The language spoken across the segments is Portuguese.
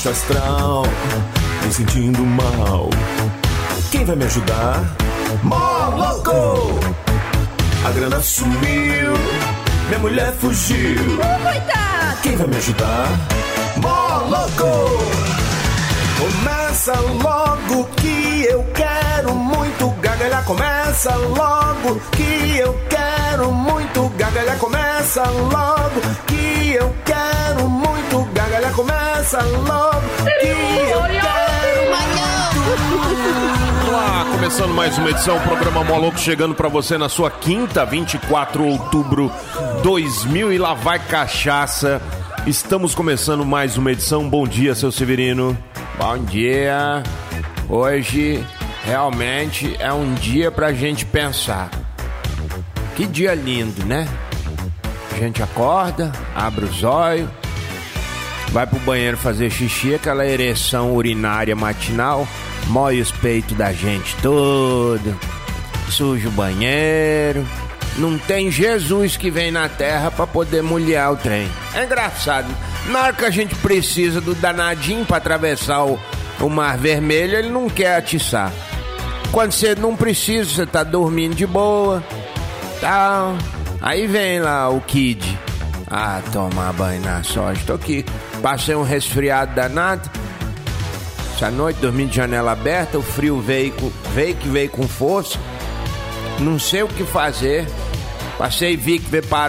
baixo astral, me sentindo mal. Quem vai me ajudar? Moloco! A grana sumiu, minha mulher fugiu. Coitado! Quem vai me ajudar? Moloco! Começa logo que eu quero muito gargalhar. Começa logo que eu quero muito gargalhar. Começa logo que eu quero muito gargalhar. Começa logo que eu quero muito. Olá, começando mais uma edição do programa Moloco, chegando pra você na sua quinta, 24 de outubro 2000 e lá vai cachaça. Estamos começando mais uma edição. Bom dia, seu Severino. Bom dia. Hoje realmente é um dia pra gente pensar. Que dia lindo, né? A gente acorda, abre os olhos, vai pro banheiro fazer xixi, aquela ereção urinária matinal, moe os peitos da gente todo, suja o banheiro. Não tem Jesus que vem na terra pra poder molhar o trem. É engraçado. Na hora que a gente precisa do danadinho pra atravessar o Mar Vermelho, ele não quer atiçar. Quando você não precisa, você tá dormindo de boa, tal. Aí vem lá o Kid. Ah, tomar banho na sorte. Tô aqui, passei um resfriado danado. Essa noite, dormi de janela aberta, o frio veio com força. Não sei o que fazer. Passei Vic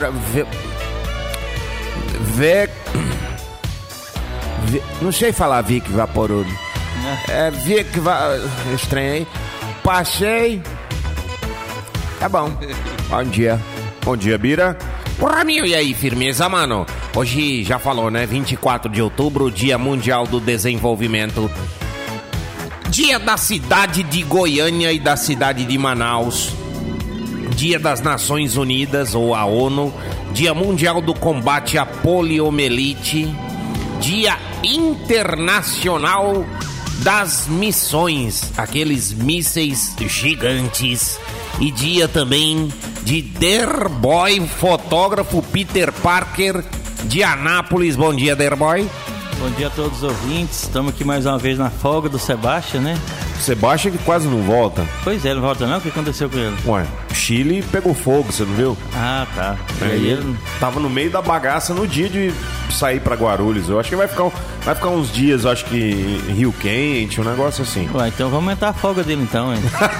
não sei falar Vic Vaporub. É Vic estranhei. Passei. Tá bom. Bom dia. Bom dia, Bira. Porra, meu, e aí, firmeza, mano? Hoje já falou, né? 24 de outubro, Dia Mundial do Desenvolvimento. Dia da cidade de Goiânia e da cidade de Manaus. Dia das Nações Unidas, ou a ONU. Dia Mundial do Combate à Poliomielite. Dia Internacional das Missões, aqueles mísseis gigantes. E dia também de Derboy, fotógrafo Peter Parker de Anápolis. Bom dia, Derboy. Bom dia a todos os ouvintes. Estamos aqui mais uma vez na folga do Sebastião, né? Sebastião que quase não volta. Pois é, ele não volta não? O que aconteceu com ele? Ué, Chile pegou fogo, você não viu? Ah, tá. E aí ele tava no meio da bagaça no dia de sair pra Guarulhos. Eu acho que vai ficar uns dias, eu acho que em Rio Quente, um negócio assim. Ué, então vamos aumentar a folga dele então, hein?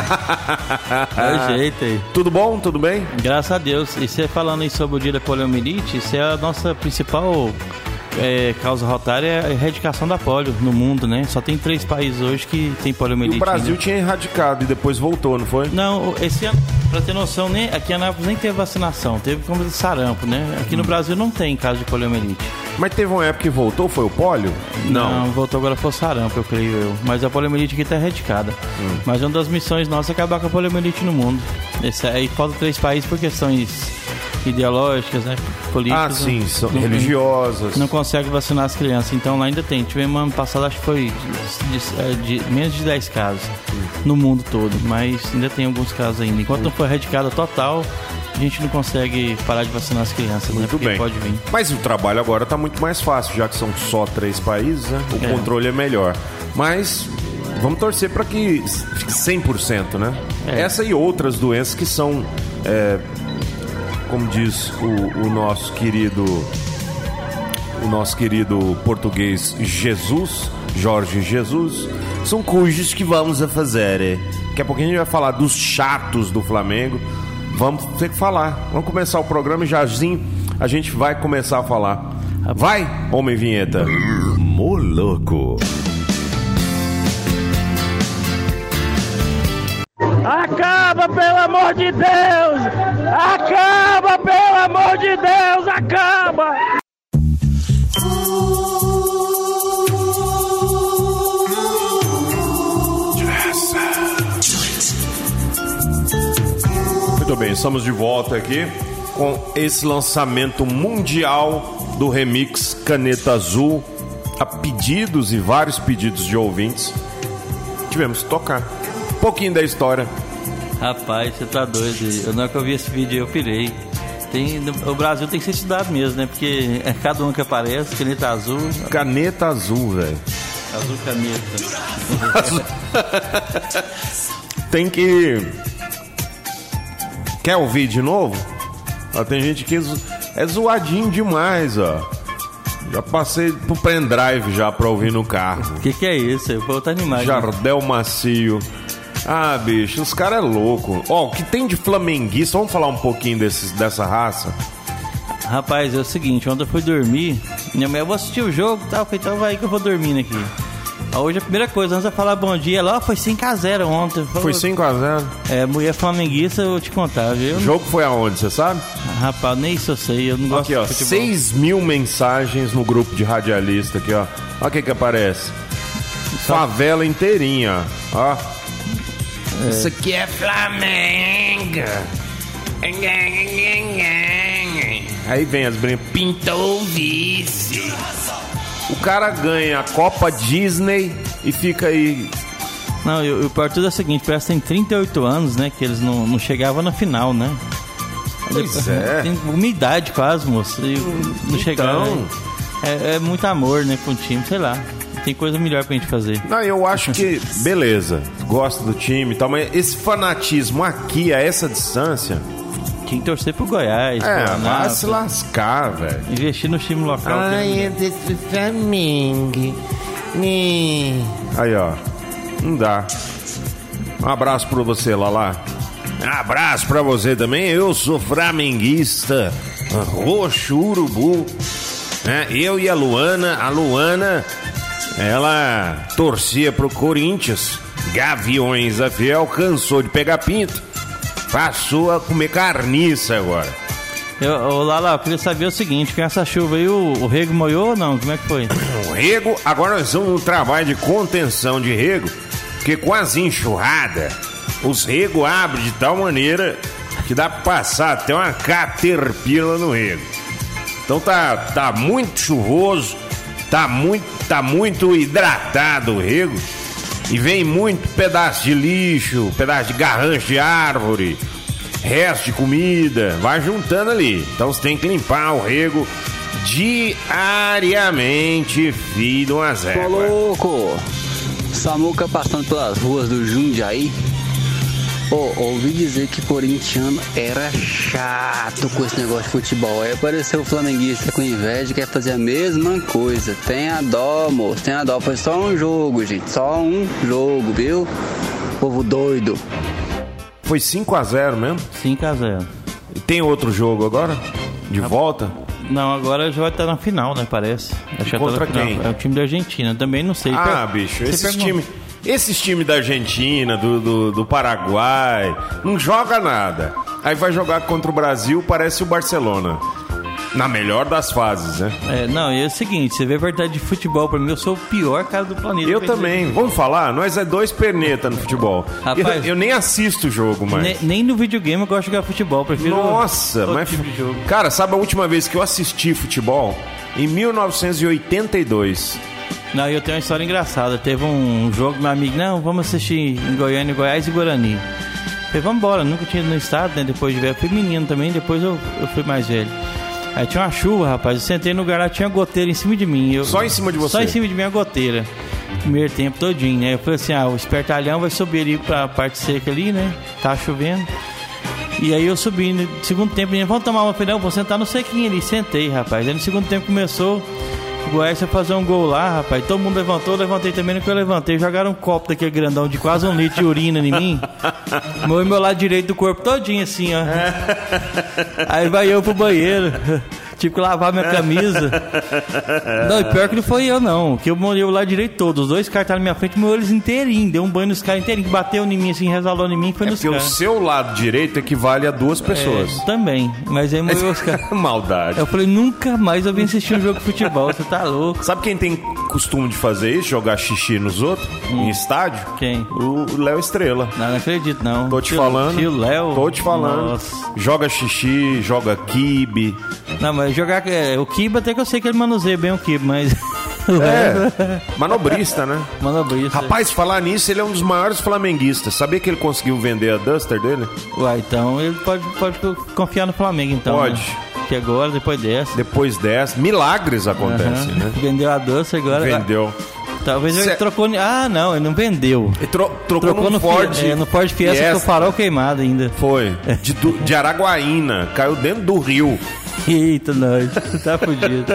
É o jeito aí. Tudo bom? Tudo bem? Graças a Deus. E você falando aí sobre o dia da poliomielite, isso é a nossa principal causa rotária, é a erradicação da polio no mundo, né? Só tem 3 países hoje que tem poliomielite. E o Brasil tinha erradicado e depois voltou, não foi? Não, esse ano, pra ter noção, aqui em Anápolis nem teve vacinação, teve como de sarampo, né? Aqui no Brasil não tem caso de poliomielite. Mas teve uma época que voltou, foi o pólio? Não, voltou agora foi o sarampo, eu creio eu. Mas a poliomielite aqui tá erradicada. Mas uma das missões nossas é acabar com a poliomielite no mundo. Aí falta 3 países por questões ideológicas, né? Políticas. Ah, sim, são religiosas. Não consegue vacinar as crianças, então lá ainda tem. Tivemos ano passado, acho que foi de menos de 10 casos no mundo todo, mas ainda tem alguns casos ainda. Enquanto não for erradicada total, a gente não consegue parar de vacinar as crianças, muito né? Porque bem. Pode vir. Mas o trabalho agora tá muito mais fácil, já que são só 3 países, né? O controle é melhor. Mas vamos torcer para que fique 100%, né? Essa e outras doenças que são... como diz o nosso querido português Jorge Jesus, são cujos que vamos a fazer. Daqui a pouquinho a gente vai falar dos chatos do Flamengo. Vamos ter que falar. Vamos começar o programa e jazinho a gente vai começar a falar. Vai, homem vinheta. Moloco. Acaba, pelo amor de Deus! Acaba, pelo amor de Deus! Acaba! Muito bem, estamos de volta aqui com esse lançamento mundial do remix Caneta Azul. A pedidos e vários pedidos de ouvintes, tivemos que tocar um pouquinho da história. Rapaz, você tá doido. Na hora que eu vi esse vídeo eu pirei. O Brasil tem que ser estudado mesmo, né? Porque é cada um que aparece, caneta azul. Caneta Azul, velho. Azul caneta. Tem que... Quer ouvir de novo? Ó, tem gente que é zoadinho demais, ó. Já passei pro pendrive já pra ouvir no carro. O que é isso? Eu vou outra animais. Jardel Macio. Ah, bicho, os caras é louco. Ó, o que tem de flamenguista, vamos falar um pouquinho dessa raça? Rapaz, é o seguinte, ontem eu fui dormir, minha mulher, eu vou assistir o jogo e tal, eu falei, então vai que eu vou dormindo aqui. Hoje a primeira coisa, antes de falar bom dia, lá foi 5-0 ontem. Foi 5-0? É, mulher flamenguista, eu vou te contar, viu? O jogo foi aonde, você sabe? Rapaz, nem isso eu sei, eu não gosto aqui, ó, de futebol. 6.000 mensagens no grupo de radialista aqui, ó. Olha o que aparece. Favela inteirinha, ó. Isso aqui é Flamengo. Aí vem as brincas. Pintou o vice. O cara ganha a Copa Disney e fica aí. Não, e o pior tudo é o seguinte, parece que tem 38 anos, né? Que eles não chegavam na final, né? Pois é. Tem uma idade quase, moço. E não chegavam. É muito amor, né, com o time, sei lá. Tem coisa melhor pra gente fazer. Não, eu acho que, beleza, gosto do time e tal, mas esse fanatismo aqui, a essa distância... Tinha que torcer pro Goiás. Vai se lascar, velho. Investir no time local. Ai, é desse Flamengo. Aí, ó. Não dá. Um abraço pra você, Lala. Um abraço pra você também. Eu sou flamenguista. Roxo Urubu. Eu e a Luana. A Luana, ela torcia pro Corinthians. Gaviões da Fiel, cansou de pegar pinto. Passou a comer carniça agora. Lala, eu queria saber o seguinte, com essa chuva aí, o rego molhou ou não? Como é que foi? O rego, agora nós vamos no trabalho de contenção de rego, porque com as enxurradas, os regos abrem de tal maneira que dá pra passar até uma caterpillar no rego. Então tá muito chuvoso, tá muito hidratado o rego. E vem muito pedaço de lixo, pedaço de garrancho de árvore, resto de comida, vai juntando ali. Então você tem que limpar o rego diariamente, filho de uma zé. Tô louco! Samuca passando pelas ruas do Jundiaí. Ouvi dizer que corintiano era chato com esse negócio de futebol. Aí apareceu o flamenguista com inveja e quer fazer a mesma coisa. Tenha dó, moço, tenha dó. Foi só um jogo, gente. Só um jogo, viu? Povo doido. Foi 5-0 mesmo? 5-0. E tem outro jogo agora? De volta? Não, agora já vai estar na final, né? Parece. Contra quem? É o time da Argentina. Também não sei. Bicho, esses times da Argentina, do Paraguai, não joga nada. Aí vai jogar contra o Brasil, parece o Barcelona. Na melhor das fases, né? E é o seguinte, você vê a verdade de futebol, pra mim eu sou o pior cara do planeta. Eu também. Vamos falar? Nós é dois perneta no futebol. Rapaz, eu nem assisto o jogo mais. Nem no videogame eu gosto de jogar futebol, prefiro mas tipo de jogo. Cara, sabe a última vez que eu assisti futebol? Em 1982. Não, eu tenho uma história engraçada. Teve um jogo, meu amigo, não, vamos assistir em Goiânia, Goiás e Guarani. Falei, vamos embora, nunca tinha ido no estado, né? Depois de velho, eu fui menino também, depois eu fui mais velho. Aí tinha uma chuva, rapaz, eu sentei no lugar lá, tinha goteira em cima de mim. Só em cima de você? Só em cima de mim a goteira. Primeiro tempo todinho, né? Eu falei assim, o espertalhão vai subir ali pra parte seca ali, né? Tá chovendo. E aí eu subi, no segundo tempo, vamos tomar uma, eu falei, não, vou sentar no sequinho ali, sentei, rapaz. Aí no segundo tempo começou... O Goiás foi fazer um gol lá, rapaz. Todo mundo levantou, eu levantei também. No que eu levantei, jogaram um copo daquele grandão de quase 1 litro de urina em mim. Meu lado direito do corpo todinho assim, ó. Aí vai eu pro banheiro. Tive que lavar minha camisa. Não, e pior que não foi eu, não. Que eu molhei o lado direito todo. Os dois caras estavam na minha frente, meu olho inteirinho. Deu um banho nos caras inteirinho. Bateu em mim, assim, resalou em mim. Foi nos caras. Porque o seu lado direito equivale a 2 pessoas. Também. Mas aí molhou os caras. Maldade. Eu falei, nunca mais eu vim assistir um jogo de futebol. Você tá louco. Sabe quem tem costume de fazer isso? Jogar xixi nos outros? Em estádio? Quem? O Léo Estrela. Não acredito, não. Tô te falando. Tio Léo. Tô te falando. Nossa. Joga xixi, joga quibe. Não, mas jogar... o quibe até que eu sei que ele manuseia bem o quibe, mas... Manobrista, né? Manobrista. Rapaz, falar nisso, ele é um dos maiores flamenguistas. Sabia que ele conseguiu vender a Duster dele? Uai, então ele pode confiar no Flamengo, então. Pode. Né? Que agora, depois dessa, milagres acontecem, né? Vendeu a Duster agora. Vendeu. Talvez ele trocou... Ah, não, ele não vendeu. Ele trocou no Ford. No Ford Fiesta com o farol queimado ainda. Foi. De Araguaína. Caiu dentro do rio. Eita, nós. Tá fudido.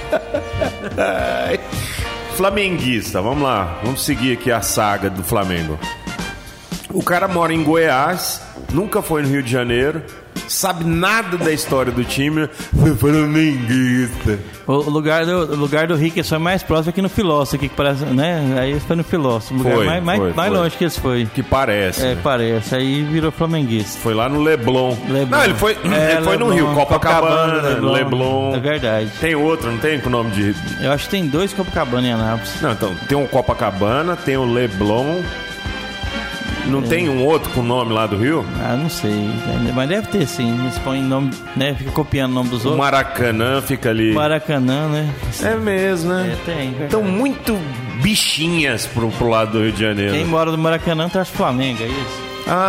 Flamenguista, vamos lá. Vamos seguir aqui a saga do Flamengo. O cara mora em Goiás, nunca foi no Rio de Janeiro, sabe nada da história do time, foi flamenguista. O lugar do Rick é só mais próximo aqui no Filósofo, aqui que parece, né? Aí ele foi no Filósofo, o lugar mais longe que eles foi. Que parece. É, né? Parece. Aí virou flamenguista. Foi lá no Leblon. Não, ele foi no Rio, Copacabana, Leblon. É verdade. Tem outro, não tem com o nome de... Eu acho que tem 2 Copacabana em Anápolis. Não, então, tem o Copacabana, tem o Leblon... Não tem um outro com o nome lá do Rio? Ah, não sei. Mas deve ter sim. Eles põem nome, né? Fica copiando o nome dos outros. O Maracanã fica ali. Maracanã, né? É mesmo, né? Tem. Então, muito bichinhas pro lado do Rio de Janeiro. Quem mora no Maracanã traz Flamengo, é isso?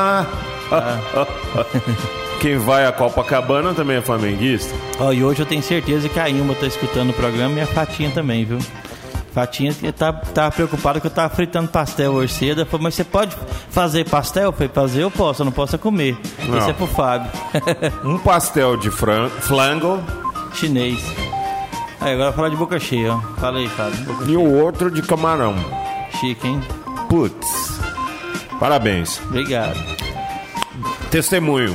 Quem vai a Copacabana também é flamenguista. E hoje eu tenho certeza que a Ilma tá escutando o programa e a Fatinha também, viu? Fatinha tava preocupada que eu tava fritando pastel hoje cedo. Ela falou, mas você pode fazer pastel? Eu falei, fazer eu posso, eu não posso comer. Não. Isso é pro Fábio. Um pastel de flango chinês. Aí, agora falar de boca cheia, ó. Fala aí, Fábio. E o outro de camarão. Chique, hein? Putz. Parabéns. Obrigado. Testemunho.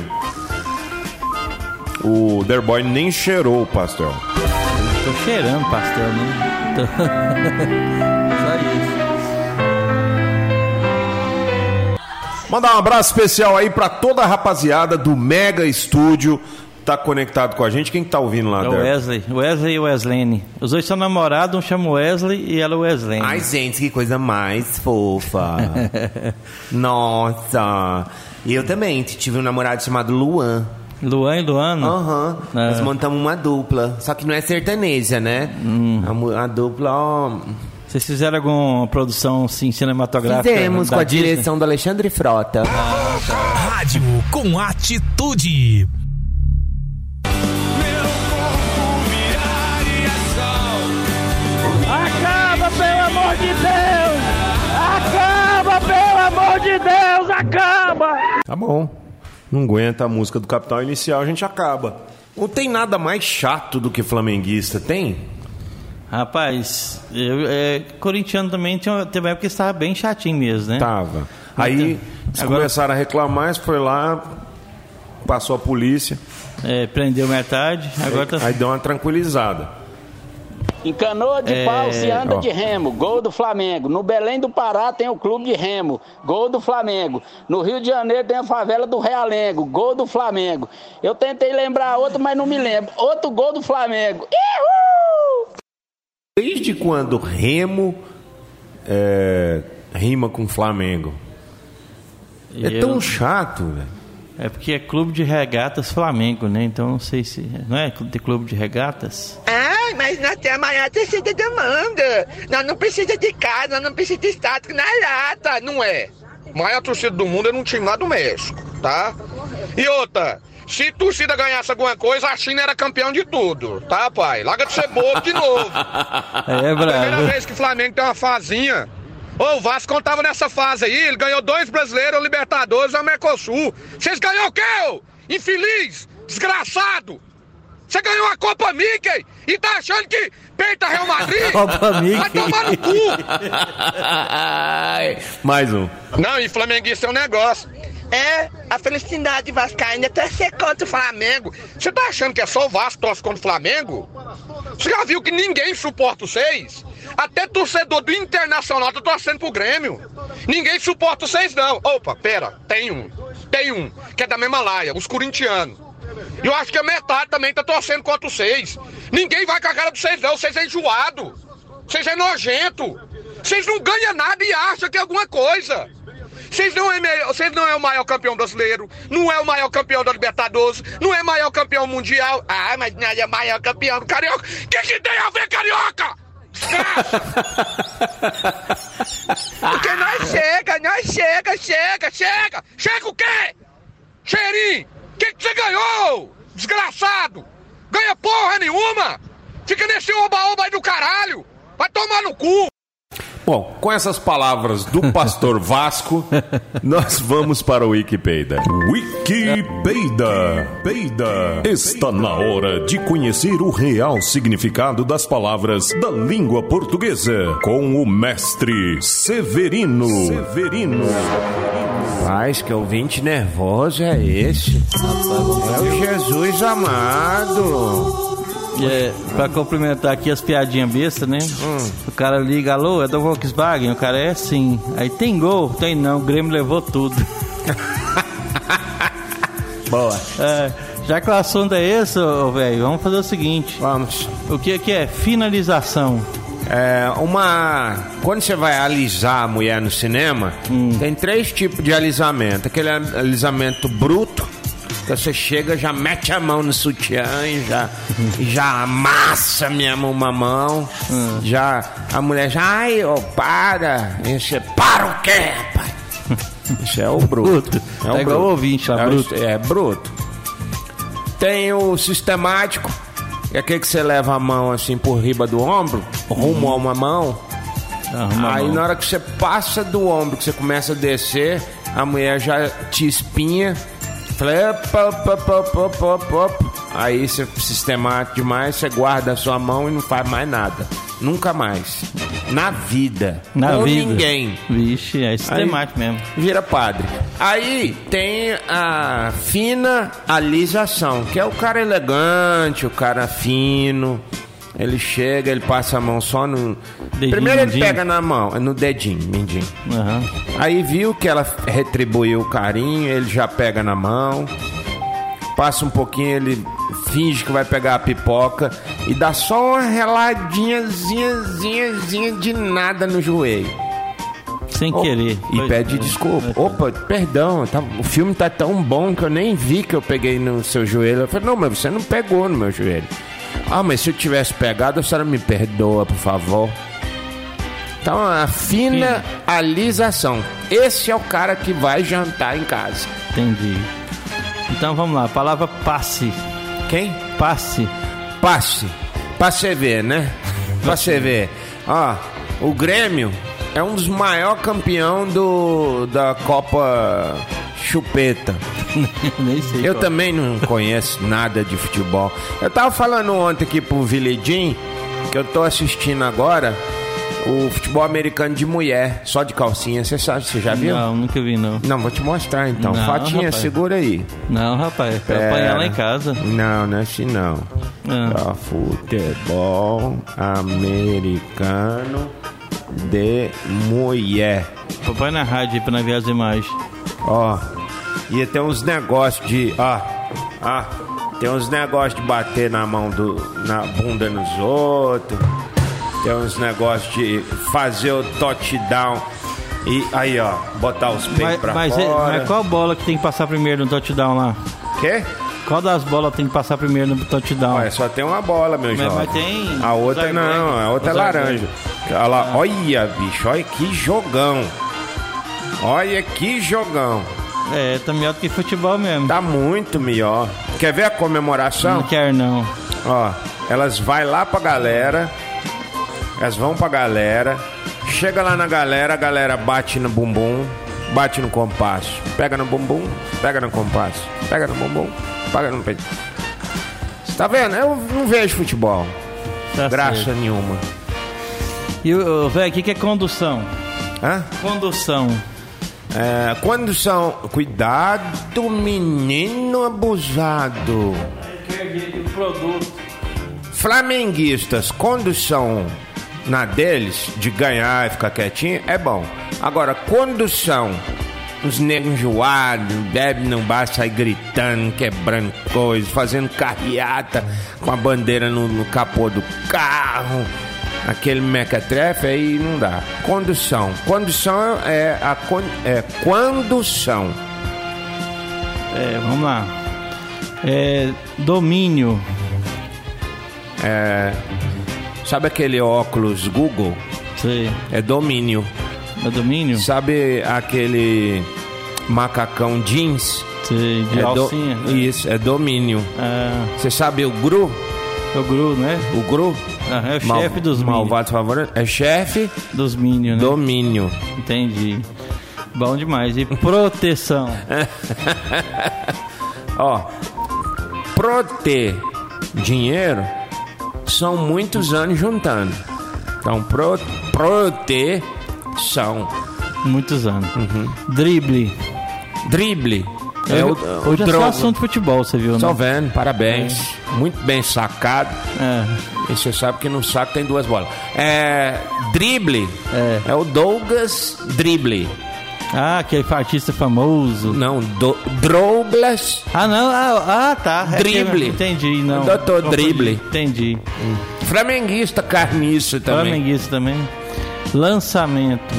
O Derboy nem cheirou o pastel. Tô cheirando pastel, né? Só isso. Mandar um abraço especial aí pra toda a rapaziada do Mega Estúdio. Tá conectado com a gente. Quem tá ouvindo lá, é o Wesley e o Weslene. Os dois são namorados, um chama Wesley e ela Weslene. Ai, gente, que coisa mais fofa. Nossa. Eu também tive um namorado chamado Luan. Luan e Luana? Aham. Nós montamos uma dupla. Só que não é sertaneja, né? A dupla, ó... Vocês fizeram alguma produção assim, cinematográfica? Fizemos com a direção do Alexandre Frota. Tá. Rádio com atitude. Acaba, pelo amor de Deus! Acaba, pelo amor de Deus! Acaba! Tá bom. Não aguenta a música do Capital Inicial, a gente acaba. Não tem nada mais chato do que flamenguista, tem? Rapaz, corintiano também teve uma época que estava bem chatinho mesmo, né? Tava. Aí agora... começaram a reclamar, foi lá, passou a polícia. Prendeu metade, agora aí deu uma tranquilizada. Em Canoa de Pau se anda de remo, gol do Flamengo. No Belém do Pará tem o clube de remo, gol do Flamengo. No Rio de Janeiro tem a favela do Realengo, gol do Flamengo. Eu tentei lembrar outro, mas não me lembro. Outro gol do Flamengo. Uhul! Desde quando remo rima com Flamengo? Tão chato, velho. É porque é clube de regatas Flamengo, né? Então não sei se... Não é de clube de regatas? Mas nós temos a maior terceira demanda. Nós não precisamos de casa, nós não precisamos de estático na lata, não é? A maior torcida do mundo é num time lá do México, tá? E outra, se torcida ganhasse alguma coisa, a China era campeão de tudo, tá, pai? Larga de ser bobo de novo. Primeira vez que o Flamengo tem uma fazinha. O Vasco contava nessa fase aí, ele ganhou 2 brasileiros, Libertadores e o Mercosul. Vocês ganhou o quê, ô? Infeliz, desgraçado. Você ganhou a Copa Mickey e tá achando que peita Real Madrid? Copa Mickey. Vai tomar no cu. Mais um. Não, e flamenguista é um negócio. A felicidade vascaína é torcer contra o Flamengo. Você tá achando que é só o Vasco torce contra o Flamengo? Você já viu que ninguém suporta vocês? Até torcedor do Internacional tá torcendo pro Grêmio. Ninguém suporta vocês, não. Opa, pera, tem um, que é da mesma laia, os corintianos. E eu acho que a metade também tá torcendo contra vocês. Ninguém vai com a cara de vocês, não. Vocês é enjoado. Vocês é nojento. Vocês não ganham nada e acham que é alguma coisa. Vocês não é o maior campeão brasileiro, não é o maior campeão da Libertadores, não é o maior campeão mundial. Mas não é o maior campeão do Carioca. O que tem a ver, Carioca? Porque nós chega. Chega o quê? Cheirinho, o que você ganhou? Desgraçado. Ganha porra nenhuma. Fica nesse oba-oba aí do caralho. Vai tomar no cu. Bom, com essas palavras do pastor Vasco, nós vamos para o Wikipedia. Wikipedia. Está na hora de conhecer o real significado das palavras da língua portuguesa com o mestre Severino. Rapaz, que ouvinte nervoso é esse? É o Jesus amado. Pra complementar aqui as piadinhas bestas, né? O cara liga, alô, é da Volkswagen? O cara é sim. Aí tem gol? Tem não, o Grêmio levou tudo. Boa. Já que o assunto é esse, velho, vamos fazer o seguinte. Vamos. O que é finalização? Quando você vai alisar a mulher no cinema, tem 3 tipos de alisamento. Aquele alisamento bruto, que você chega, já mete a mão no sutiã e já amassa mesmo uma mão. Já a mulher já, ai, para. E você, para o quê, pai? Isso é o bruto. É igual o ouvinte lá, bruto. É bruto. Tem o sistemático, que é aquele que você leva a mão assim por riba do ombro, rumo a uma mão. Aí na hora que você passa do ombro, que você começa a descer, a mulher já te espinha. Aí você sistemático demais, você guarda a sua mão e não faz mais nada. Nunca mais. Na vida. Com ninguém. Vixe, é sistemático mesmo. Vira padre. Aí tem a fina alisação, que é o cara elegante, o cara fino. Ele chega, ele passa a mão só no... Dedinho, primeiro ele pega na mão, no dedinho, mindinho. Aí viu que ela retribuiu o carinho, ele já pega na mão. Passa um pouquinho, ele finge que vai pegar a pipoca e dá só uma reladinhazinha de nada no joelho. Sem querer. E pede desculpa. Opa, perdão, o filme tá tão bom que eu nem vi que eu peguei no seu joelho. Eu falei, não, mas você não pegou no meu joelho. Ah, mas se eu tivesse pegado, a senhora me perdoa, por favor. Então, a fina alisação. Esse é o cara que vai jantar em casa. Entendi. Então, vamos lá. A palavra passe. Quem? Passe. Passe. Pra você ver, né? Pra você ver. Ó, o Grêmio é um dos maiores campeões da Copa Chupeta. Nem sei. Eu também não conheço nada de futebol. Eu tava falando ontem aqui pro Viledim que eu tô assistindo agora o futebol americano de mulher, só de calcinha. Você sabe, você já viu? Não, nunca vi, não. Não, vou te mostrar então. Não, Fatinha, rapaz. Segura aí. Não, rapaz, pra apanhar lá em casa. Não, não é assim não. Futebol americano de mulher. Põe na rádio aí pra nós ver as imagens. Ó, e tem uns negócios de... tem uns negócios de bater na bunda nos outros. Tem uns negócios de fazer o touchdown. E aí, ó, botar os peitos pra fora. Mas qual bola que tem que passar primeiro no touchdown lá? Quê? Qual das bolas tem que passar primeiro no touchdown? Olha, só tem uma bola, meu jovem. Mas tem... A outra não, a outra é laranja. Olha lá, olha, bicho, olha que jogão. Olha que jogão. Tá melhor do que futebol mesmo. Tá muito melhor. Quer ver a comemoração? Não quero, não. Ó, elas vai lá pra galera. Elas vão pra galera. Chega lá na galera, a galera bate no bumbum, bate no compasso. Pega no bumbum, pega no compasso. Pega no bumbum, pega no peito. Você tá vendo? Eu não vejo futebol. Tá Graça certo. nenhuma. E o velho, o que é condução? Hã? Condução. Condução. Cuidado, menino abusado. O produto. Flamenguistas, condução na deles, de ganhar e ficar quietinho, é bom. Agora, condução, os negros enjoados, bebe, não basta, sair gritando, quebrando coisas, fazendo carreata com a bandeira no capô do carro, aquele mequetrefe, aí não dá. Condução. Condução condução. Vamos lá. Domínio. Sabe aquele óculos Google? Sei. É domínio. É domínio? Sabe aquele macacão jeans? Sei, de alcinha. Isso, é domínio. Você sabe o GRU? É o GRU, né? O GRU? É o chefe dos Minions. Malvados favoritos. É chefe dos Minions, né? Domínio. Entendi. Bom demais. E proteção? Ó, proter dinheiro são muitos anos juntando. Então, proteção. Muitos anos. Uhum. Drible. Hoje é só assunto de futebol, você viu, né? Só vendo, parabéns. Muito bem sacado. E você sabe que no saco tem 2 bolas. Drible. É o Douglas Drible. Ah, aquele artista famoso. Não, Douglas. Tá. Drible. Entendi, não. Doutor Drible. Entendi. Flamenguista carniça também. Flamenguista também. Lançamento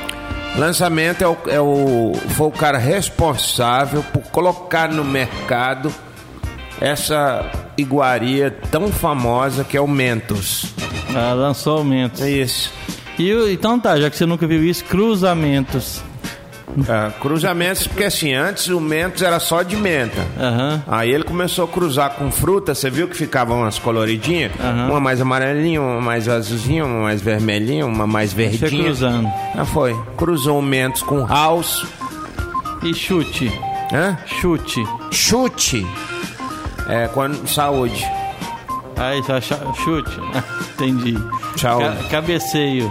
foi o cara responsável por colocar no mercado essa iguaria tão famosa que é o Mentos. Lançou o Mentos. É isso. Então tá, já que você nunca viu isso, cruzamentos. Cruzamentos, porque assim, antes o Mentos era só de menta. Aí ele começou a cruzar com fruta. Você viu que ficavam umas coloridinhas? Uma mais amarelinha, uma mais azulzinha, uma mais vermelhinha, uma mais verdinha. Foi cruzando. Foi. Cruzou o Mentos com house. E chute. Chute. Saúde. Chute. Entendi. Saúde. Cabeceio.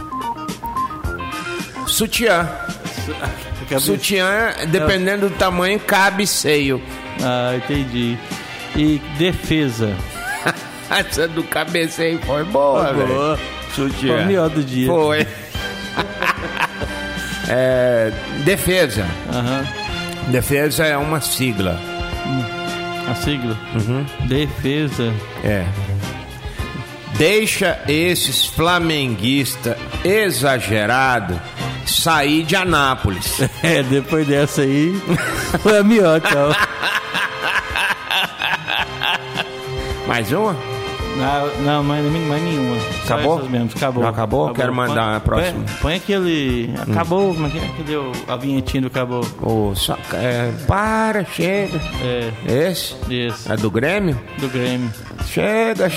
Sutiã. Sutiã, dependendo do tamanho, cabe seio. Entendi. E defesa. Essa do cabeceio foi boa, velho. Sutiã. Foi o melhor do dia. Foi. Defesa. Defesa é uma sigla. A sigla? Defesa. Deixa esses flamenguistas exagerados sair de Anápolis. Depois dessa aí foi a melhor, então. Mais uma? Não, mais nenhuma. Acabou? Mesmo. Acabou. Não acabou? Quero mandar a próxima. Põe aquele. Acabou, aquele a vinhetinha do acabou. Chega. Esse? Isso. É do Grêmio? Do Grêmio. Chega.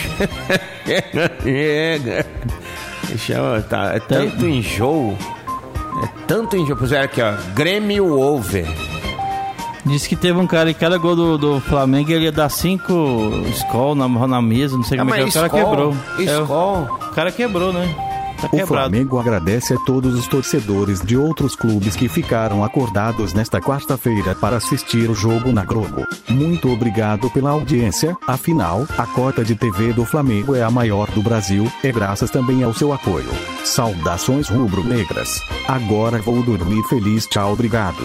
É tanto enjoo. Puseram aqui, ó. Grêmio over. Disse que teve um cara em cada gol do Flamengo, ele ia dar 5 Skol na mesa, não sei como é que é. O cara quebrou. O cara quebrou, né? O Flamengo agradece a todos os torcedores de outros clubes que ficaram acordados nesta quarta-feira para assistir o jogo na Globo. Muito obrigado pela audiência, afinal, a cota de TV do Flamengo é a maior do Brasil, e graças também ao seu apoio. Saudações rubro-negras. Agora vou dormir feliz, tchau, obrigado.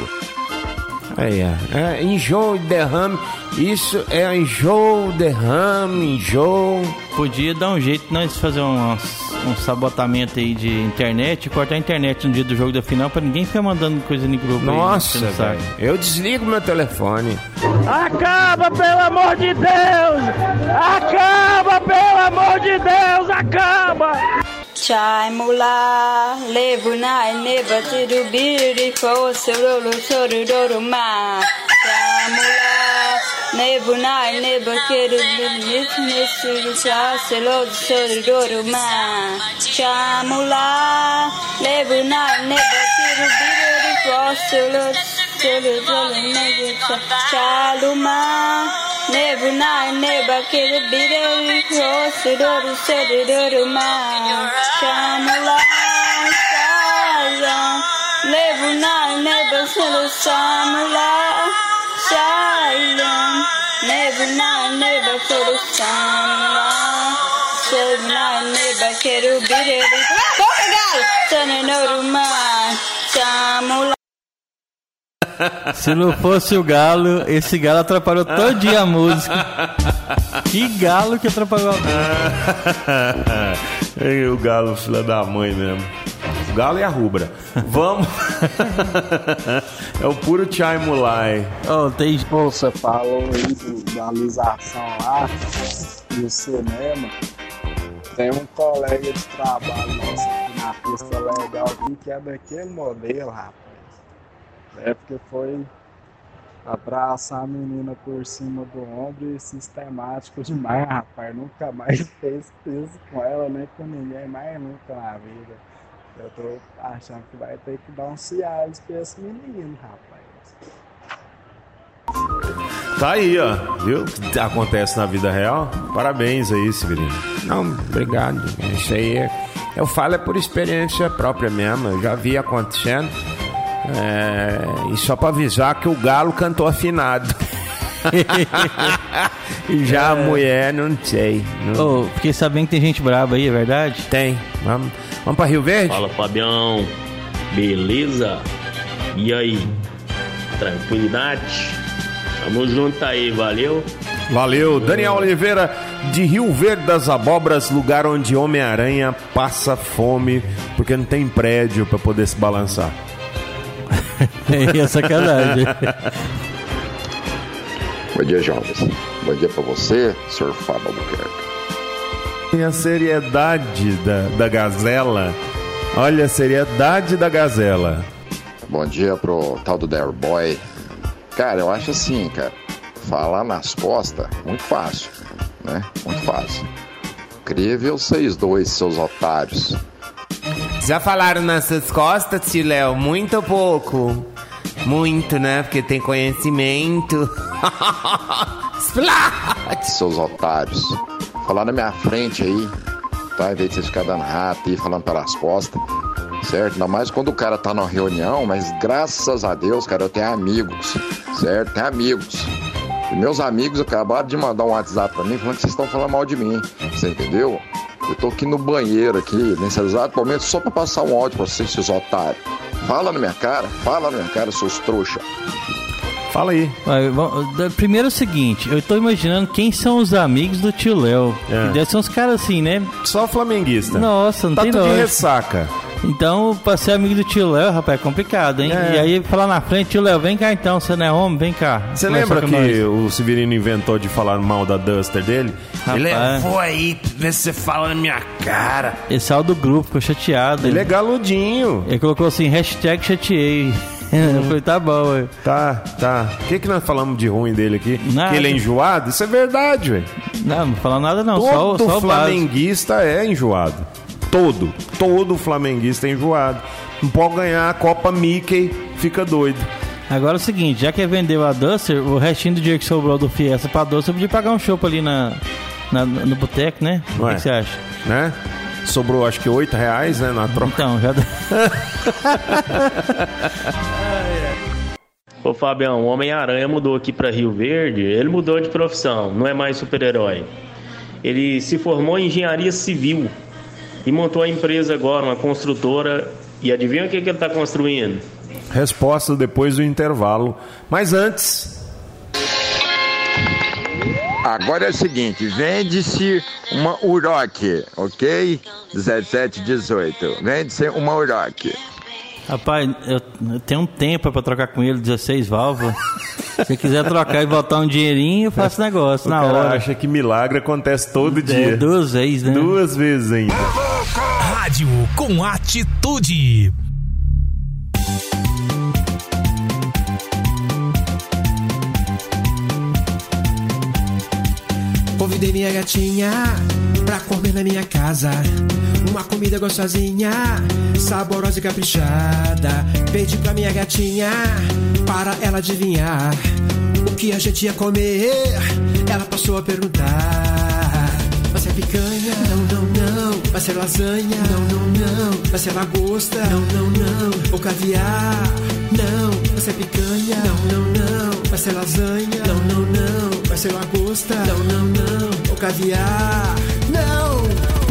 Enjoo e derrame. Isso é enjoo, derrame, enjoo. Podia dar um jeito nós fazer um sabotamento aí de internet, cortar a internet no dia do jogo da final pra ninguém ficar mandando coisa no grupo. Nossa, velho. Eu desligo meu telefone. Acaba, pelo amor de Deus! Acaba, pelo amor de Deus! Acaba! Chai mula, levo na neba, tiro beautiful, sororo, sororo, ma. Chai mula, levo na neba, tiro beautiful, sororo, sororo, ma. Chai mula, levo na neba, tiro beautiful, sororo, sororo, ma. Chaluma. Never night, never kill a bit of cross the door, said it to my Shamala. Never night, never kill a Samala. Silent. Never night, never kill a Samala. Never night, never kill a bit of Portugal. Turning over my Shamala. Se não fosse o Galo, esse Galo atrapalhou todinha a música. Que Galo que atrapalhou a música. O Galo, filha da mãe mesmo. O Galo e a rubra. Vamos. É o puro Chai Mulai. Você falou aí de realização lá no cinema. Tem um colega de trabalho nosso aqui na pista legal aqui que é daquele modelo, rapaz. É porque foi Abraçar a menina por cima do ombro e sistemático demais, rapaz. Nunca mais fez isso com ela, nem com ninguém mais nunca na vida. Eu tô achando que vai ter que dar um Cialis pra esse menino, rapaz. Tá aí, ó. Viu o que acontece na vida real? Parabéns aí, Severino. Não, obrigado. Isso aí, eu falo por experiência própria mesmo. Eu já vi acontecendo. E só pra avisar que o galo cantou afinado. E já a mulher, não sei. Não... Fiquei sabendo que tem gente braba aí, é verdade? Tem. Vamos pra Rio Verde? Fala, Fabião. Beleza? E aí? Tranquilidade? Tamo junto aí, valeu? Valeu. Daniel Oliveira, de Rio Verde das Abóboras, lugar onde Homem-Aranha passa fome porque não tem prédio pra poder se balançar. É sacanagem. Bom dia, jovens. Bom dia pra você, Sr. Fábio Albuquerque. E a seriedade da gazela. Olha a seriedade da gazela. Bom dia pro tal do Dare Boy. Cara, eu acho assim, cara. Falar nas costas, muito fácil, né? Muito fácil. Incrível vocês dois, seus otários. Já falaram nas suas costas, tio Léo? Muito ou pouco? Muito, né? Porque tem conhecimento. Seus otários. Falar na minha frente aí, tá? Em vez de vocês ficarem dando rato aí, falando pelas costas, certo? Ainda mais quando o cara tá numa reunião, mas graças a Deus, cara, eu tenho amigos, certo? Tenho amigos. E meus amigos acabaram de mandar um WhatsApp pra mim falando que vocês estão falando mal de mim. Você entendeu? Eu tô aqui no banheiro, aqui, nesse exato momento, só pra passar um áudio pra vocês, seus otários. Fala na minha cara, seus trouxa. Fala aí. Primeiro é o seguinte, eu tô imaginando quem são os amigos do tio Léo. Deve ser uns caras assim, né? Só flamenguista. Nossa, não tem nada. Tá de ressaca. Então, pra ser amigo do tio Léo, rapaz, é complicado, hein? E aí, falar na frente, tio Léo, vem cá então, você não é homem? Vem cá. Você lembra que o Severino inventou de falar mal da Duster dele? Rapaz, ele levou aí, vê se você fala na minha cara. Esse saiu do grupo, ficou chateado. Ele é galudinho. Ele colocou assim, #chateei. Eu falei, tá bom, velho. Tá. O que nós falamos de ruim dele aqui? Nada. Que ele é enjoado? Isso é verdade, velho. Não falando nada não. Todo só flamenguista é enjoado. Todo flamenguista é enjoado. Não pode ganhar a Copa Mickey, fica doido. Agora é o seguinte, já que vendeu a Duster, o restinho do dia que sobrou do Fiesta pra Duster, eu podia pagar um chopp ali no boteco, né? O que você acha? Né? Sobrou acho que R$8, né, na troca. Então, já dá. Ô Fabião, o Homem-Aranha mudou aqui pra Rio Verde, ele mudou de profissão, não é mais super-herói. Ele se formou em engenharia civil e montou a empresa agora, uma construtora. E adivinha o que ele está construindo? Resposta depois do intervalo. Mas antes... Agora é o seguinte, vende-se uma Uroque, ok? 1718. Vende-se uma Uroque. Rapaz, eu tenho um tempo pra trocar com ele, 16 válvulas. Se você quiser trocar e botar um dinheirinho, eu faço negócio na hora. Acha que milagre acontece todo dia. 2 vezes, né? 2 vezes ainda. Rádio com atitude. Convidei minha gatinha pra comer na minha casa. Uma comida gostosinha, saborosa e caprichada. Pedi pra minha gatinha, para ela adivinhar o que a gente ia comer. Ela passou a perguntar: vai ser picanha? Não. Vai ser lasanha? Não. Vai ser lagosta? Não. Ou caviar? Não. Vai ser picanha? Não. Vai ser lasanha? Não. Vai ser lagosta? Não. Ou caviar? Não.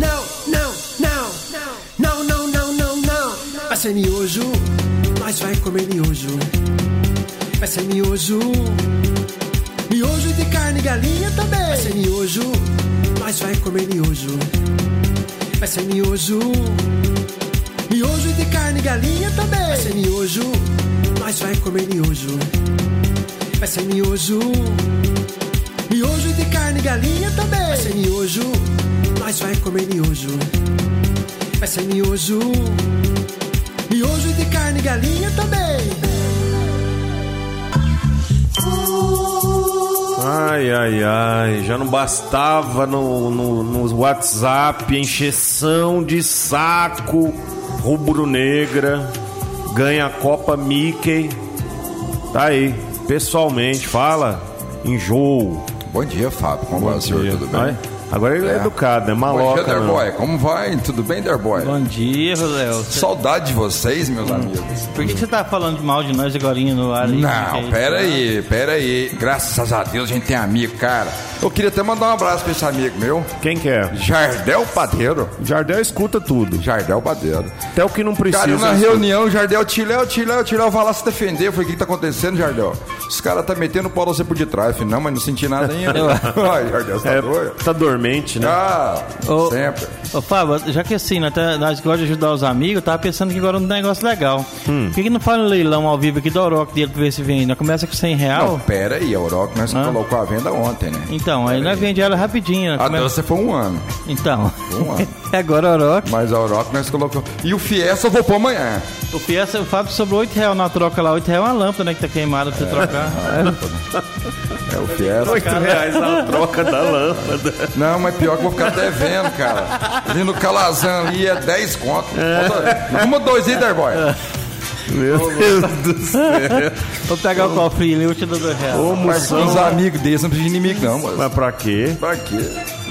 Vai ser miojo, nós vai comer miojo. Vai ser miojo, miojo de carne e galinha também. Vai ser miojo, nós vai comer miojo. Vai ser miojo, miojo de carne e galinha também. Vai ser miojo, nós vai comer miojo. Vai ser miojo, miojo de carne e galinha também. Vai ser miojo, nós vai comer miojo. Vai ser miojo, miojo de carne e galinha também. Ai, já não bastava no WhatsApp, encheção de saco, rubro-negra, ganha a Copa Mickey. Tá aí, pessoalmente, fala, enjoo. Bom dia, Fábio, como vai o senhor, tudo bem? Vai? Agora ele é educado, é maloca. Bom dia, Derboy, como vai? Tudo bem, Derboy? Bom dia, Léo. Saudade de vocês, meus amigos. Por que você tá falando mal de nós agora no ar aí? Não, pera aí. Graças a Deus a gente tem amigo, cara. Eu queria até mandar um abraço pra esse amigo meu. Quem que é? Jardel Padeiro. Jardel escuta tudo. Jardel Padeiro. Até o que não precisa. Cara, na reunião, Jardel, Tiléu vai lá se defender. Eu falei, o que tá acontecendo, Jardel? Os caras tá metendo o pau você por detrás. Eu falei, não, mas não senti nada ainda. Ai, Jardel, você tá doido? Tá dormente, né? Sempre. Ô, Fábio, já que assim, nós gostamos de ajudar os amigos, eu tava pensando que agora é um negócio legal. Por que não faz um leilão ao vivo aqui do Oroc dele pra ver se vende? Nós começa com R$100. Não, pera aí, a Oroc nós colocou a venda ontem, né? Então, aí nós vende ela rapidinho. A dança foi um ano. Então. Um ano. Agora a Oroc. Mas a Oroc nós colocou. E o Fiesta eu vou pôr amanhã. O Fiesta, o Fábio sobrou R$8 na troca lá. R$8 é uma lâmpada, né? Que tá queimada pra você trocar. O Fiesta. R$8 na troca da lâmpada. Não, mas pior que eu vou ficar devendo, cara. Ali no Calazan ali é 10 conto. Uma, dois aí, Derboy. Meu Deus do céu. Vou pegar o cofrinho ali, eu te dou R$2. Mas uns amigos desses não precisa de inimigo, não, moço. Mas pra quê? Pra quê?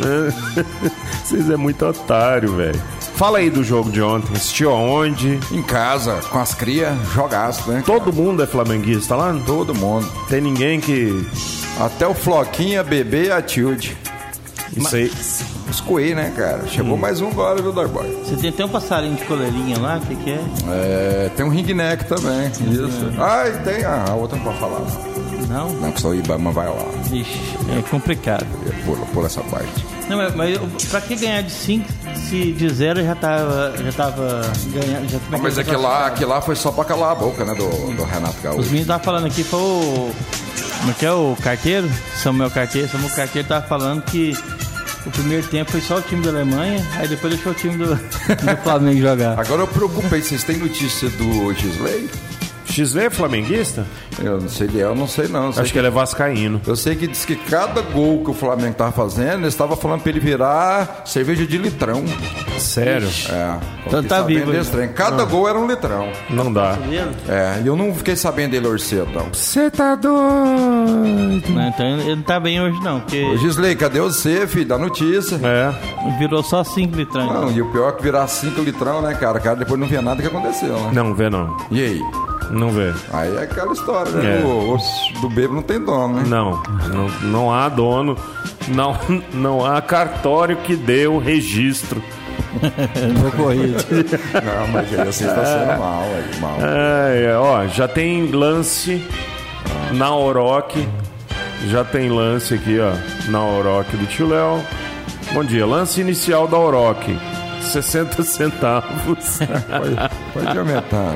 Vocês é muito otário, velho. Fala aí do jogo de ontem. Assistiu aonde? Em casa, com as crias, jogaço, né? Todo mundo é flamenguista lá? Todo mundo. Tem ninguém que... Até o Floquinha, a Bebê e a Tilde. Isso aí. Escoei, né, cara? Chegou mais um agora, viu, Darboy? Você tem até um passarinho de coleirinha lá, o que é? Tem um ringneck também. Isso. Ah, e tem a outra não pode falar. Não? Não, que só o Ibama vai lá. Ixi, é complicado. Por essa parte. Não, mas pra que ganhar de 5 se de 0 já tava ganhando? Já mas aquele lá foi só pra calar a boca, né, do Renato Gaúcho. Os meninos estavam falando aqui, foi o... Como é que é o Carteiro? Samuel Carteiro tava falando que o primeiro tempo foi só o time da Alemanha, aí depois deixou o time do Flamengo jogar. Agora eu preocupei, vocês têm notícia do Gisley? Gisley é flamenguista? Eu não sei, eu não sei não. Acho que ele é vascaíno. Eu sei que diz que cada gol que o Flamengo tava fazendo, eles estavam falando pra ele virar cerveja de litrão. Sério? Então tá vivo. Cada gol era um litrão. Não dá. E eu não fiquei sabendo dele hoje cedo, não. Você tá doido? Não, então ele não tá bem hoje, não. Porque... Ô, Gisley, cadê você, filho? Dá notícia. Virou só 5 litrão. Não, e o pior é que virar 5 litrão, né, cara? O cara depois não vê nada que aconteceu, né? Não vê, não. E aí? Não vê. Aí é aquela história, né? Do bebo não tem dono, né? Não há dono. Não há cartório que dê o registro. Não, mas aí você está sendo mal. Ó, já tem lance na Oroc. Já tem lance aqui, ó, na Oroc do Tio Léo. Bom dia, lance inicial da Oroc. 60 centavos. Pode aumentar.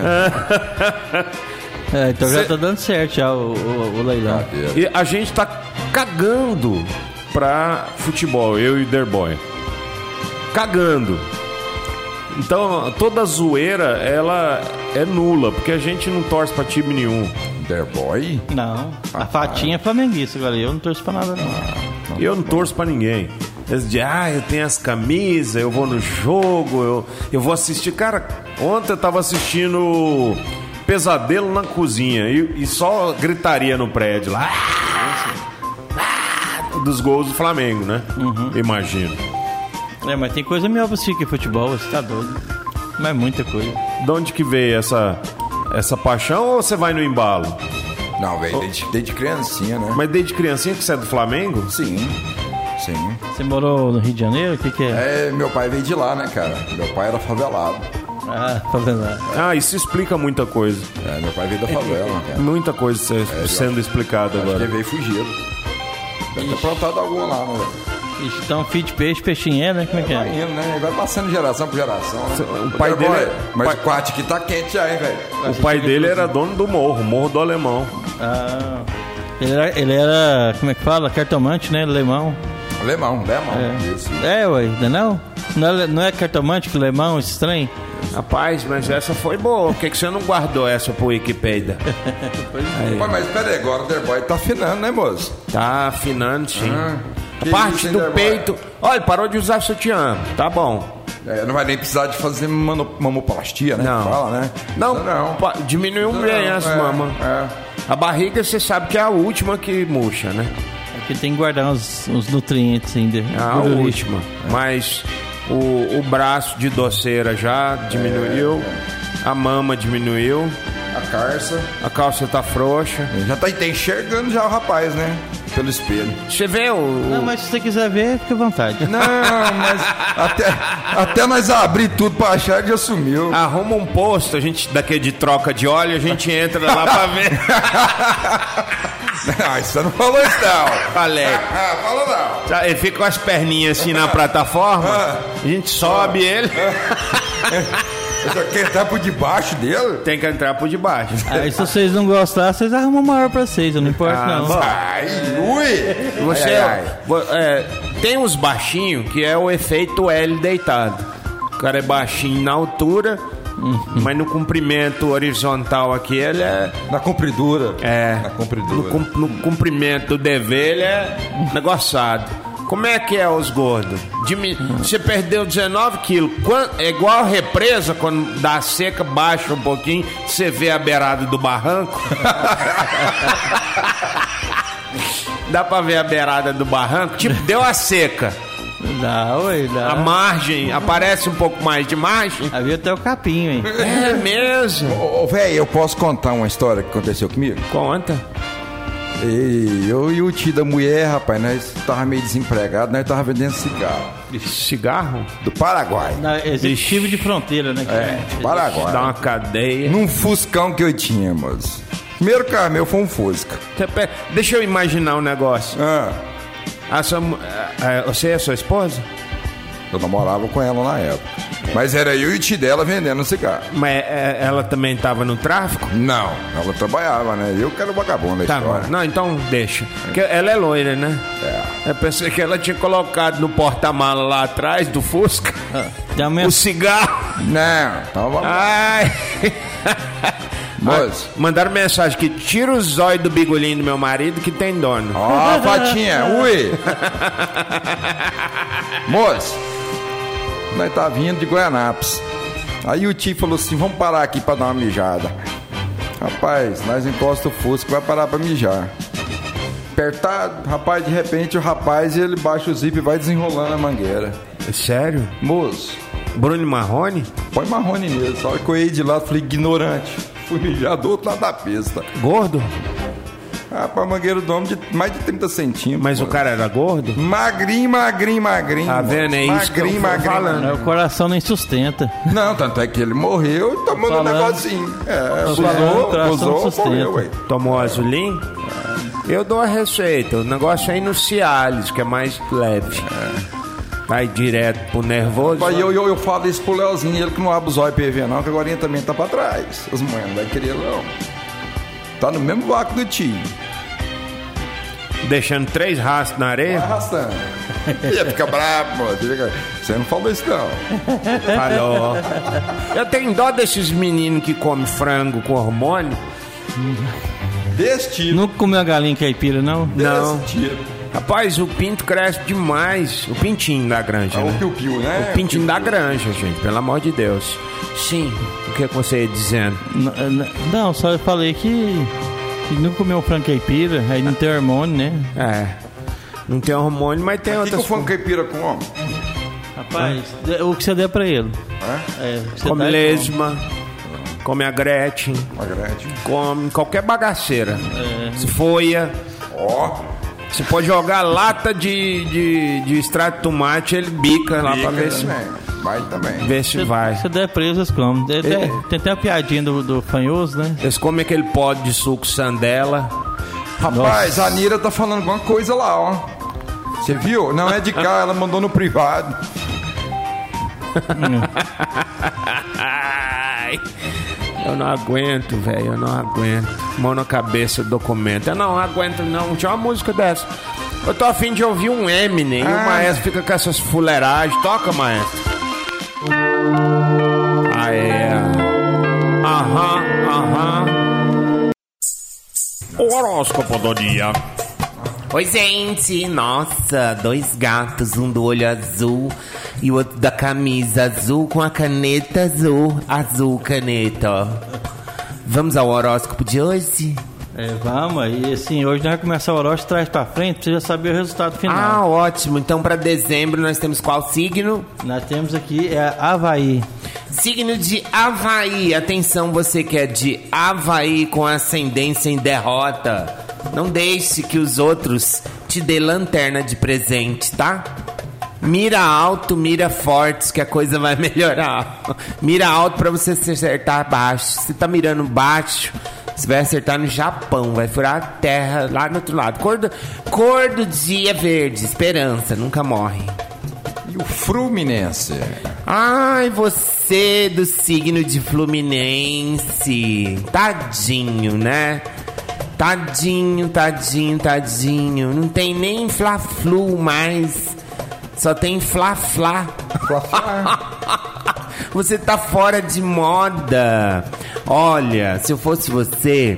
Então já tá dando certo já o leilão. E a gente tá cagando pra futebol, eu e o Derboy. Cagando. Então toda zoeira ela é nula, porque a gente não torce pra time nenhum. Derboy? Não. A Fatinha é flamenguista, agora eu não torço pra nada não. Eu não torço pra ninguém. Eles dizem, eu tenho as camisas, eu vou no jogo, eu vou assistir. Cara, ontem eu tava assistindo Pesadelo na Cozinha e só gritaria no prédio lá. Dos gols do Flamengo, né? Imagino. Mas tem coisa melhor pra assistir que futebol, você tá doido. Mas muita coisa. De onde que veio essa paixão ou você vai no embalo? Não, velho, desde criancinha, né? Mas desde criancinha que você é do Flamengo? Sim. Você morou no Rio de Janeiro? O que é? Meu pai veio de lá, né, cara? Meu pai era favelado. Favelado. Isso explica muita coisa. Meu pai veio da favela, cara. Muita coisa sendo explicada agora. Acho que ele veio fugido. Deve ter plantado alguma lá, né, velho? Então, filho de peixe, peixinho né? Como é que é? Vai indo, né? Vai passando geração por geração. Né? O pai dele... Mas o quarto aqui tá quente já, hein, velho? O pai dele era dono do Morro do Alemão. Ele era, como é que fala? Cartomante, né? Alemão. Alemão. Isso. Ué, não é cartomante que alemão, esse trem? Rapaz, mas essa foi boa. Por que você não guardou essa pro Wikipedia? Mas peraí, agora o Derboy tá afinando, né, moço? Tá afinando, sim. A parte do peito... Olha, parou de usar sutiã. Tá bom. Não vai nem precisar de fazer mamoplastia, né? Não. Fala, né? Não. Diminuiu bem as mamas. A barriga, você sabe que é a última que murcha, né? Porque tem que guardar uns nutrientes ainda. A última. Mas o braço de doceira já diminuiu. A mama diminuiu. A calça tá frouxa. Já tá enxergando já o rapaz, né? Pelo espelho. Você vê Não, mas se você quiser ver, fica à vontade. Não, mas até nós abrir tudo pra achar, já sumiu. Arruma um posto, a gente daquele de troca de óleo, a gente entra lá pra ver. Não, você não falou isso não. Falei. Falou não. Ele fica com as perninhas assim na plataforma, a gente sobe ele. Quer entrar por debaixo dele? Tem que entrar por debaixo. Aí se vocês não gostarem, vocês arrumam maior pra vocês, não importa não. Você tem uns baixinhos que é o efeito L deitado. O cara é baixinho na altura, mas no comprimento horizontal aqui ele é... Na compridura. Na compridura. No comprimento do dever ele é negociado. Como é que é os gordos? Você perdeu 19 quilos. É igual a represa, quando dá seca, baixa um pouquinho, você vê a beirada do barranco. Dá pra ver a beirada do barranco? Tipo, deu a seca. Dá. A margem, aparece um pouco mais de margem. Havia até o capinho, hein? É mesmo. Velho, eu posso contar uma história que aconteceu comigo? Conta. Eu e o tio da mulher, rapaz, nós tava meio desempregados, nós tava vendendo cigarro. Cigarro? Do Paraguai. Executivo de fronteira, né? Paraguai. Dá uma cadeia. Num Fuscão que eu tinha, moço. Primeiro carro meu foi um Fusca. Deixa eu imaginar um negócio. Você é sua esposa? Eu namorava com ela na época. Mas era eu e o tio dela vendendo cigarro. Mas ela também estava no tráfico? Não, ela trabalhava, né? Eu que era o vagabundo da história. Não, então deixa. Porque ela é loira, né? Eu pensei que ela tinha colocado no porta-mala lá atrás do Fusca o cigarro. Não, tava lá. Ai. Mandaram mensagem que tira o zóio do bigolinho do meu marido que tem dono. Ó, Fatinha, ui. Moço, nós tá vindo de Goianápolis. Aí o tio falou assim, vamos parar aqui pra dar uma mijada. Rapaz, nós encosta o Fusca, vai parar pra mijar. Apertado, rapaz, de repente o rapaz ele baixa o zip e vai desenrolando a mangueira. Sério? Moço. Bruno Marrone? Põe Marrone nele, só que eu ia de lá, falei, ignorante. Fui mijar do outro lado da pista. Gordo? Rapaz, mangueiro do homem de mais de 30 centímetros. Mas o cara era gordo? Magrinho. Tá vendo? É isso que eu tô falando. O coração nem sustenta. Não, tanto é que ele morreu e tomou um negocinho. Usou, morreu. Tomou azulim? Eu dou a receita. O negócio é ir no Cialis, que é mais leve. Vai direto pro nervoso. Aí eu falo isso pro Leozinho, ele que não abre os olhos pra ver não, que agora também tá pra trás. As mulheres não vai querer não. Tá no mesmo vácuo do tio. Deixando 3 rastros na areia? Vai arrastando. Ia ficar bravo, pô. Você não falou isso não. Falou. Eu tenho dó desses meninos que comem frango com hormônio. Desse tipo. Nunca comeu a galinha caipira, não? Não. Desse tipo. Rapaz, o pinto cresce demais. O pintinho da granja, né? O piu-piu, né? O pintinho da granja, gente, pelo amor de Deus. Sim, o que você ia dizendo? Não, só eu falei que nunca comeu frango caipira, aí não tem hormônio, né? Não tem hormônio, mas tem outras... O que o frango caipira come? Rapaz, o que você der pra ele. Come lesma, come a Gretchen. Come qualquer bagaceira. Se folha. Você pode jogar lata de extrato de tomate, ele bica lá pra ver se vai também. Ver se vai. Se der preso, eles comem. Tem até a piadinha do fanhoso, né? Eles comem aquele pó de suco sandela. Rapaz, a Nira tá falando alguma coisa lá, ó. Você viu? Não é de cá, ela mandou no privado. Eu não aguento, velho, eu não aguento. Mão na cabeça do documento. Eu não aguento, não. Tinha uma música dessa. Eu tô afim de ouvir um Eminem. E o maestro fica com essas fuleiragens. Toca, maestro. Aê. O horóscopo do dia. Oi, gente. Nossa, 2 gatos, um do olho azul e o outro da camisa azul com a caneta azul. Azul caneta. Vamos ao horóscopo de hoje? Vamos. E assim, hoje nós vamos começar o horóscopo traz pra frente pra você já saber o resultado final. Ah, ótimo. Então, pra dezembro, nós temos qual signo? Nós temos aqui Avaí. Signo de Avaí. Atenção, você que é de Avaí com ascendência em derrota. Não deixe que os outros te dê lanterna de presente, tá? Mira alto, mira forte, que a coisa vai melhorar. Mira alto pra você acertar baixo. Se tá mirando baixo, você vai acertar no Japão, vai furar a terra lá no outro lado. Cor do dia verde, esperança, nunca morre. E o Fluminense? Ai, você do signo de Fluminense. Tadinho, né? Tadinho. Não tem nem Fla-Flu mais. Só tem Fla-Fla. Você tá fora de moda. Olha, se eu fosse você,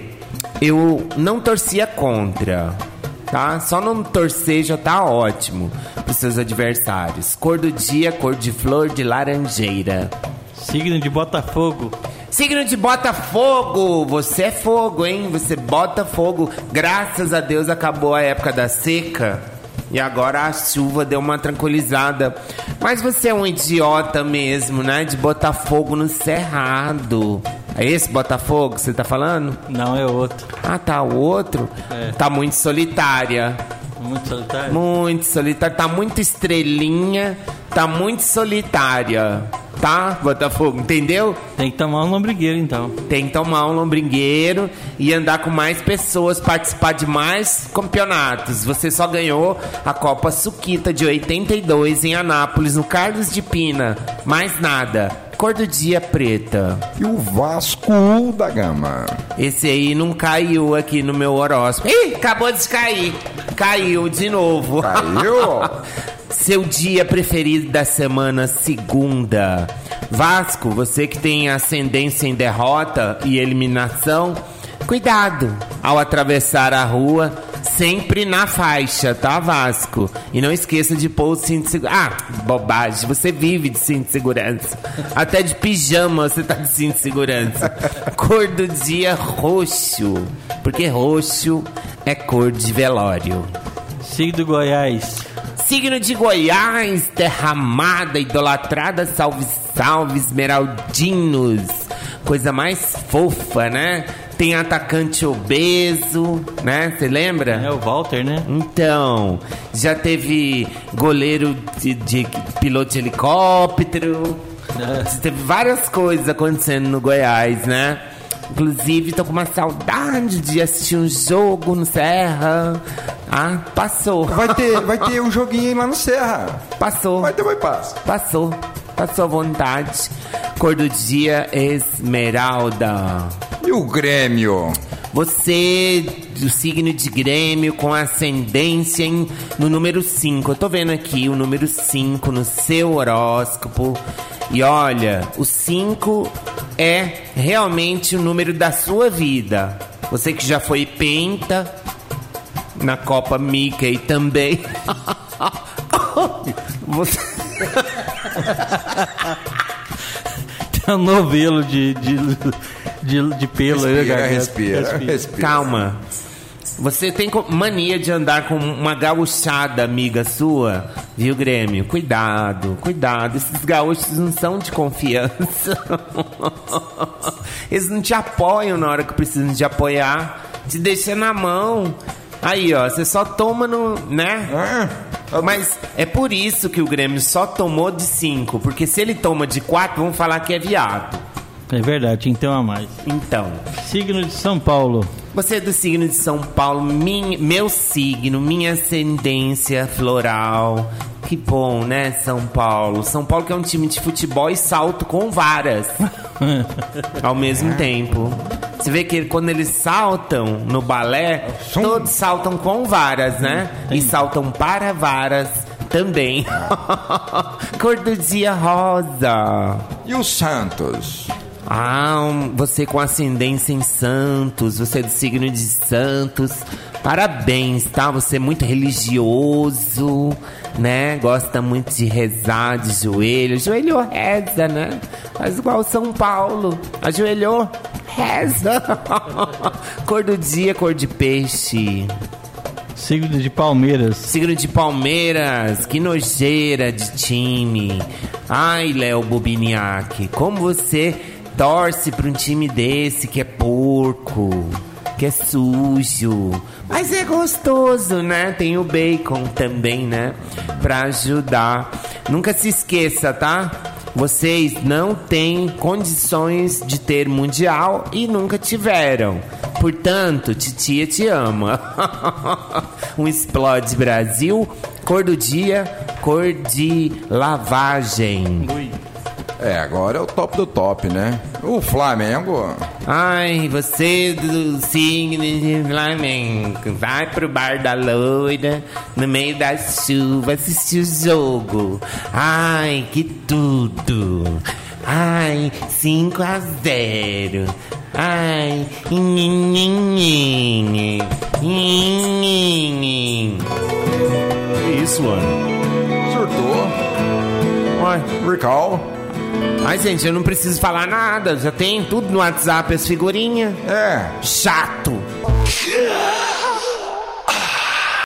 eu não torcia contra, tá? Só não torcer já tá ótimo pros seus adversários. Cor do dia, cor de flor de laranjeira. Signo de Botafogo. Signo de Botafogo. Você é fogo, hein? Você bota fogo. Graças a Deus acabou a época da seca e agora a chuva deu uma tranquilizada. Mas você é um idiota mesmo, né? De botar fogo no cerrado. É esse Botafogo que você tá falando? Não, é outro. Ah, tá, o outro? Tá muito solitária. Muito solitária? Muito solitária. Tá muito estrelinha. Tá muito solitária. Tá, Botafogo? Entendeu? Tem que tomar um lombrigueiro, então. Tem que tomar um lombrigueiro e andar com mais pessoas, participar de mais campeonatos. Você só ganhou a Copa Suquita de 82 em Anápolis, no Carlos de Pina. Mais nada. Cor do dia preta. E o Vasco da Gama? Esse aí não caiu aqui no meu horóscopo. Ih, acabou de cair. Caiu de novo. Caiu? Seu dia preferido da semana, segunda. Vasco, você que tem ascendência em derrota e eliminação, cuidado ao atravessar a rua, sempre na faixa, tá, Vasco? E não esqueça de pôr o cinto de segurança. Ah, bobagem, você vive de cinto de segurança. Até de pijama você tá de cinto de segurança. Cor do dia, roxo, porque roxo é cor de velório. Signo do Goiás. Signo de Goiás, terra amada, idolatrada, salve, salve, esmeraldinos. Coisa mais fofa, né? Tem atacante obeso, né? Você lembra? É o Walter, né? Então, já teve goleiro de piloto de helicóptero. Teve várias coisas acontecendo no Goiás, né? Inclusive, tô com uma saudade de assistir um jogo no Serra. Ah, passou. Vai ter um joguinho lá no Serra. Passou. Vai ter, vai passar. Passou à vontade. Cor do dia, esmeralda. E o Grêmio? Você, do signo de Grêmio, com ascendência no número 5. Eu tô vendo aqui o número 5 no seu horóscopo. E olha, o 5 é realmente o número da sua vida. Você que já foi penta na Copa Mickey também. Você... Tem um novelo de pelo aí, respira. Calma. Você tem mania de andar com uma gauchada amiga sua, viu, Grêmio? Cuidado. Esses gaúchos não são de confiança. Eles não te apoiam na hora que precisam de apoiar. Te deixam na mão. Aí, ó, você só toma no... né? Mas é por isso que o Grêmio só tomou de 5. Porque se ele toma de 4, vão falar que é viado. É verdade, então a mais. Então. Signo de São Paulo. Você é do signo de São Paulo, meu signo, minha ascendência floral. Que bom, né, São Paulo? São Paulo que é um time de futebol e salto com varas ao mesmo tempo. Você vê que quando eles saltam no balé, todos saltam com varas, né? E saltam para varas também. Cor do dia rosa. E o Santos? Você com ascendência em Santos, você é do signo de Santos. Parabéns, tá? Você é muito religioso, né? Gosta muito de rezar de joelho. Joelho reza, né? Faz igual São Paulo. Ajoelhou, reza. Cor do dia, cor de peixe. Signo de Palmeiras. Signo de Palmeiras. Que nojeira de time. Ai, Léo Bobiniak, como você torce pra um time desse que é porco, que é sujo. Mas é gostoso, né? Tem o bacon também, né? Pra ajudar. Nunca se esqueça, tá? Vocês não têm condições de ter mundial e nunca tiveram. Portanto, titia te ama. Um Explode Brasil, cor do dia, cor de lavagem. Agora é o top do top, né? O Flamengo. Ai, você do signo de Flamengo, vai pro bar da loira, no meio da chuva, assistir o jogo. Ai, que tudo. Ai, 5-0. Ai, Que isso, mano? Surtou. Uai, recall. Ai, gente, eu não preciso falar nada. Já tem tudo no WhatsApp, as figurinhas. É. Chato.